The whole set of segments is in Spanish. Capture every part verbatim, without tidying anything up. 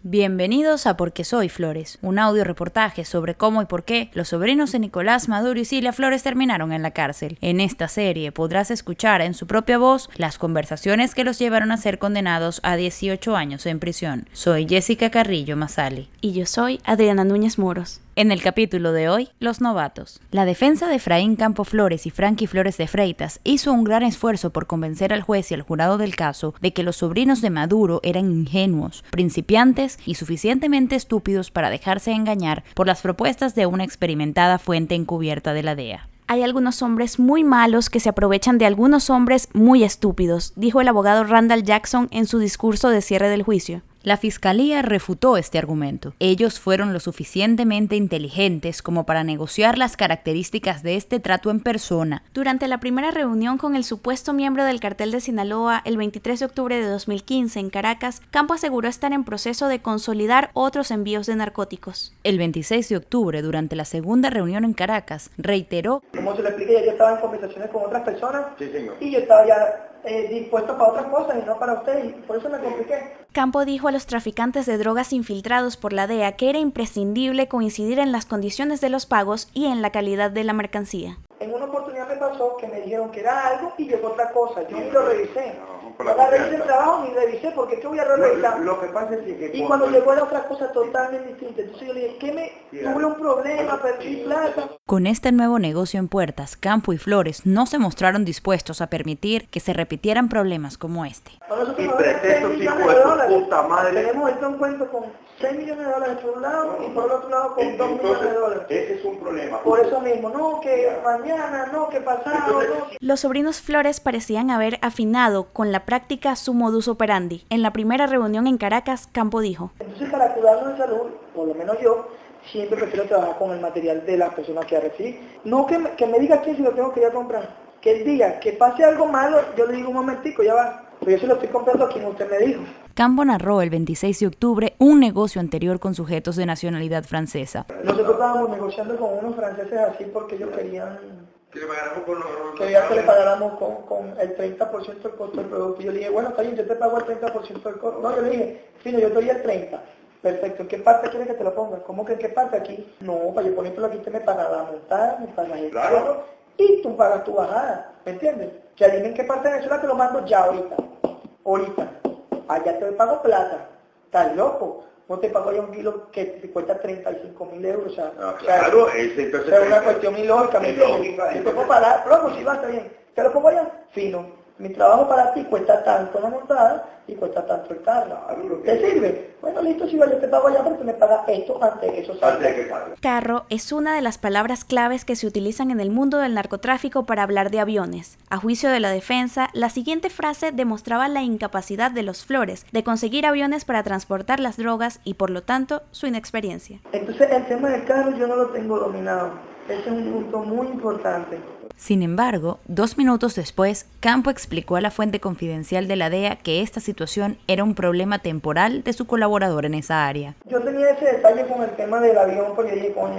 Bienvenidos a Porque Soy Flores, un audio reportaje sobre cómo y por qué los sobrinos de Nicolás Maduro y Cilia Flores terminaron en la cárcel. En esta serie podrás escuchar en su propia voz las conversaciones que los llevaron a ser condenados a dieciocho años en prisión. Soy Jessica Carrillo Masali. Y yo soy Adriana Núñez Moros. En el capítulo de hoy, los novatos. La defensa de Efraín Campo Flores y Frankie Flores de Freitas hizo un gran esfuerzo por convencer al juez y al jurado del caso de que los sobrinos de Maduro eran ingenuos, principiantes y suficientemente estúpidos para dejarse engañar por las propuestas de una experimentada fuente encubierta de la D E A. Hay algunos hombres muy malos que se aprovechan de algunos hombres muy estúpidos, dijo el abogado Randall Jackson en su discurso de cierre del juicio. La fiscalía refutó este argumento. Ellos fueron lo suficientemente inteligentes como para negociar las características de este trato en persona. Durante la primera reunión con el supuesto miembro del cartel de Sinaloa, el veintitrés de octubre de dos mil quince en Caracas, Campo aseguró estar en proceso de consolidar otros envíos de narcóticos. El veintiséis de octubre, durante la segunda reunión en Caracas, reiteró: Como se lo expliqué, ya yo estaba en conversaciones con otras personas, sí, señor. Y yo estaba ya eh, dispuesto para otras cosas y no para usted, y por eso me compliqué. Campo dijo a los traficantes de drogas infiltrados por la D E A que era imprescindible coincidir en las condiciones de los pagos y en la calidad de la mercancía. En una oportunidad me pasó que me dijeron que era algo y llegó otra cosa. Yo ni lo revisé. No, no la revisé el trabajo ni revisé porque ¿qué voy a revisar? Lo, lo que pasa es que... Y cuando llegó la otra cosa totalmente distinta. Entonces yo le dije, ¿qué me? Sí, tuve un problema, perdí plata. Con este nuevo negocio en puertas, Campo y Flores no se mostraron dispuestos a permitir que se repitieran problemas como este. Y pretextos, hijo de tu puta madre. Tenemos esto en cuenta con seis millones de dólares por un lado y por el otro lado con dos millones de dólares. Ese es un problema. Por eso mismo, no, que mañana, no, que pasado, no. Los sobrinos Flores parecían haber afinado con la práctica su modus operandi. En la primera reunión en Caracas, Campo dijo: Entonces, para cuidarnos de salud, por lo menos yo, siempre prefiero trabajar con el material de las personas que recibí. No que me, que me diga quién si lo tengo que ir a comprar. Que él diga que pase algo malo, yo le digo un momentico, ya va. Pero yo se lo estoy comprando a quien usted me dijo. Campo narró el veintiséis de octubre un negocio anterior con sujetos de nacionalidad francesa. Nosotros estábamos negociando con unos franceses así porque ellos querían que le pagáramos con los... querían que le pagáramos con, con el treinta por ciento del costo del producto. Y yo le dije, bueno, está bien, yo te pago el treinta por ciento del costo. No, yo le dije, fino, yo te doy el treinta por ciento. Perfecto, ¿en qué parte quieres que te lo ponga? ¿Cómo que en qué parte aquí? No, para yo ponértelo aquí te me paga la montada, me pagas el Claro. carro y tú pagas tu bajada, ¿me entiendes? Ya dime en qué parte de Venezuela te lo mando ya ahorita, ahorita. Allá te pago plata, estás loco. No te pago ya un kilo que te cuesta treinta y cinco mil euros, o sea, Ah, o sea, claro, es entonces... es una cuestión ilógica, ¿me es entiendes? lógica, Yo te entonces- puedo pagar, loco, si va, está bien, te lo pongo allá, fino. Mi trabajo para ti cuesta tanto la montada y cuesta tanto el carro. Claro, lo que- ¿Te sirve? Bueno, listo, si va, yo te pago allá, pero tú me pagas esto antes de que eso salga. Antes de que salga. Carro es una de las palabras claves que se utilizan en el mundo del narcotráfico para hablar de aviones. A juicio de la defensa, la siguiente frase demostraba la incapacidad de los Flores de conseguir aviones para transportar las drogas y, por lo tanto, su inexperiencia. Entonces, el tema del carro yo no lo tengo dominado. Ese es un punto muy importante. Sin embargo, dos minutos después, Campo explicó a la fuente confidencial de la D E A que esta situación era un problema temporal de su colaborador en esa área. Yo tenía ese detalle con el tema del avión porque dije, coño,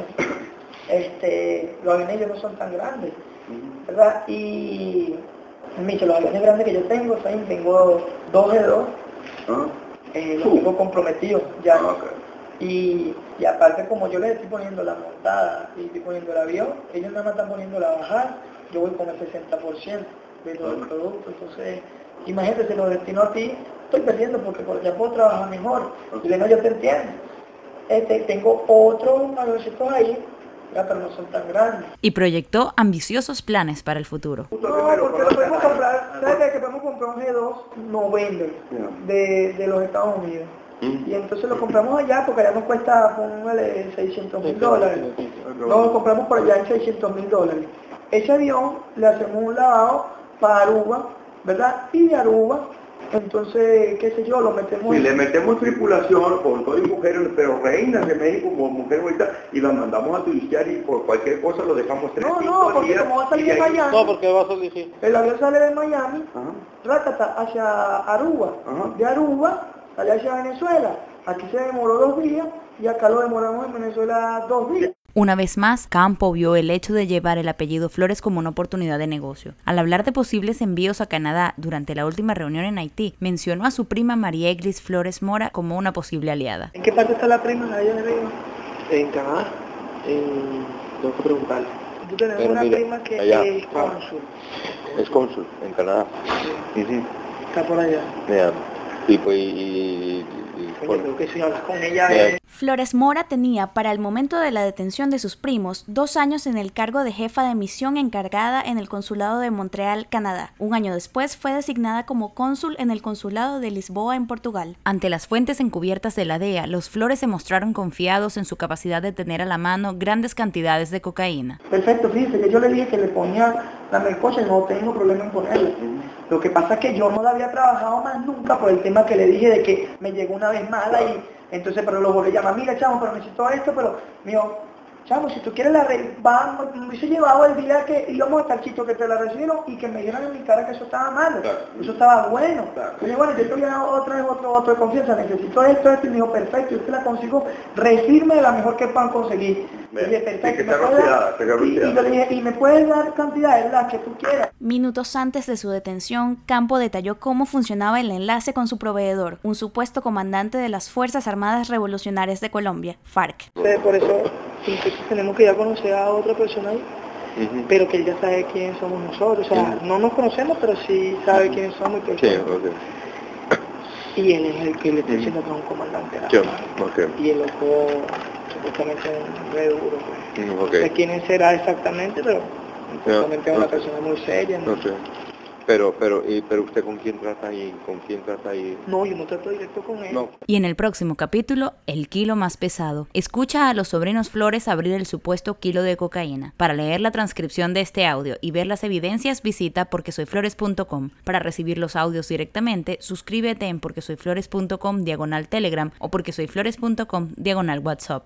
este, los aviones ya no son tan grandes, ¿verdad? Y, Micho, los aviones grandes que yo tengo, ¿saben? Tengo dos G dos, ¿Ah? eh, los tengo comprometidos ya. Ah, ok. Y, y aparte, como yo les estoy poniendo la montada y estoy poniendo el avión, ellos nada más están poniendo la bajada, yo voy con el sesenta por ciento de todo el producto. Entonces, imagínate, si lo destino a ti, estoy perdiendo porque por ya puedo trabajar mejor. Y le digo, yo te entiendo. Este, tengo otros avioncitos ahí, ya, pero no son tan grandes. Y proyectó ambiciosos planes para el futuro. No, porque lo podemos comprar, ¿sabes qué? Que podemos comprar un G dos November de, de los Estados Unidos. Y entonces lo compramos allá porque allá nos cuesta, póngale, seiscientos mil dólares. No, lo compramos por allá en seiscientos mil dólares. Ese avión le hacemos un lavado para Aruba, ¿verdad? Y de Aruba, entonces, qué sé yo, lo metemos... Y le metemos tripulación con todo y mujeres, pero reinas de México, como mujeres ahorita, y las mandamos a turistear y por cualquier cosa lo dejamos tres, No, cinco no, porque días, como va a salir y de ahí- Miami, No, porque va a salir. el avión sale de Miami, Ajá. rácata, hacia Aruba. Ajá. De Aruba sale hacia Venezuela. Aquí se demoró dos días y acá lo demoramos en Venezuela dos días. Una vez más, Campo vio el hecho de llevar el apellido Flores como una oportunidad de negocio. Al hablar de posibles envíos a Canadá durante la última reunión en Haití, mencionó a su prima María Eglis Flores Mora como una posible aliada. ¿En qué parte está la prima de allá de Río? En Canadá, en... tengo que preguntarle. Tú tienes Pero una mira, prima que allá, es cónsul. Es cónsul en Canadá. Sí. Uh-huh. Está por allá. Yeah. Y pues, y, y, y, Oye, bueno, creo que si hablas con ella... Yeah. eh, Flores Mora tenía, para el momento de la detención de sus primos, dos años en el cargo de jefa de misión encargada en el Consulado de Montreal, Canadá. Un año después fue designada como cónsul en el Consulado de Lisboa, en Portugal. Ante las fuentes encubiertas de la D E A, los Flores se mostraron confiados en su capacidad de tener a la mano grandes cantidades de cocaína. Perfecto, fíjese que yo le dije que le ponía la melcocha y no tengo problema en ponerla. Lo que pasa es que yo no la había trabajado más nunca por el tema que le dije de que me llegó una vez mala y entonces, pero luego le llama, mira chamo, pero necesito esto, pero me dijo, chamo, si tú quieres la re... vamos, me hubiese llevado el día que íbamos a estar chito que te la recibieron y que me dieran en mi cara que eso estaba malo, claro. Eso estaba bueno. Claro. Yo dije, bueno, yo te voy a dar otra vez otro, otro de confianza, necesito esto, esto, y me dijo, perfecto, yo te la consigo, recibirme de la mejor que puedan conseguir. Y dije, perfecto, sí, ¿me puedes dar? Y, y, yo le dije, y me puedes dar cantidades, las que tú quieras. Minutos antes de su detención, Campo detalló cómo funcionaba el enlace con su proveedor, un supuesto comandante de las Fuerzas Armadas Revolucionarias de Colombia, FARC. Por eso tenemos que ya conocer a otra persona ahí, uh-huh. Pero que él ya sabe quién somos nosotros, o sea, uh-huh. No nos conocemos, pero sí sabe quiénes somos y sí, okay. Y él es el que le está diciendo que es un comandante. Sí, okay. Y el loco supuestamente es un re duro, pues. Mm, okay. No sé quién será exactamente, pero supuestamente es una persona muy seria, ¿no? No sé. Pero, pero, y, pero usted con quién trata ahí, con quién trata ahí. No, yo no trato directo con él. No. Y en el próximo capítulo, el kilo más pesado. Escucha a los sobrinos Flores abrir el supuesto kilo de cocaína. Para leer la transcripción de este audio y ver las evidencias, visita porquesoyflores punto com. Para recibir los audios directamente, suscríbete en porquesoyflores punto com diagonal Telegram o porquesoyflores punto com diagonal WhatsApp.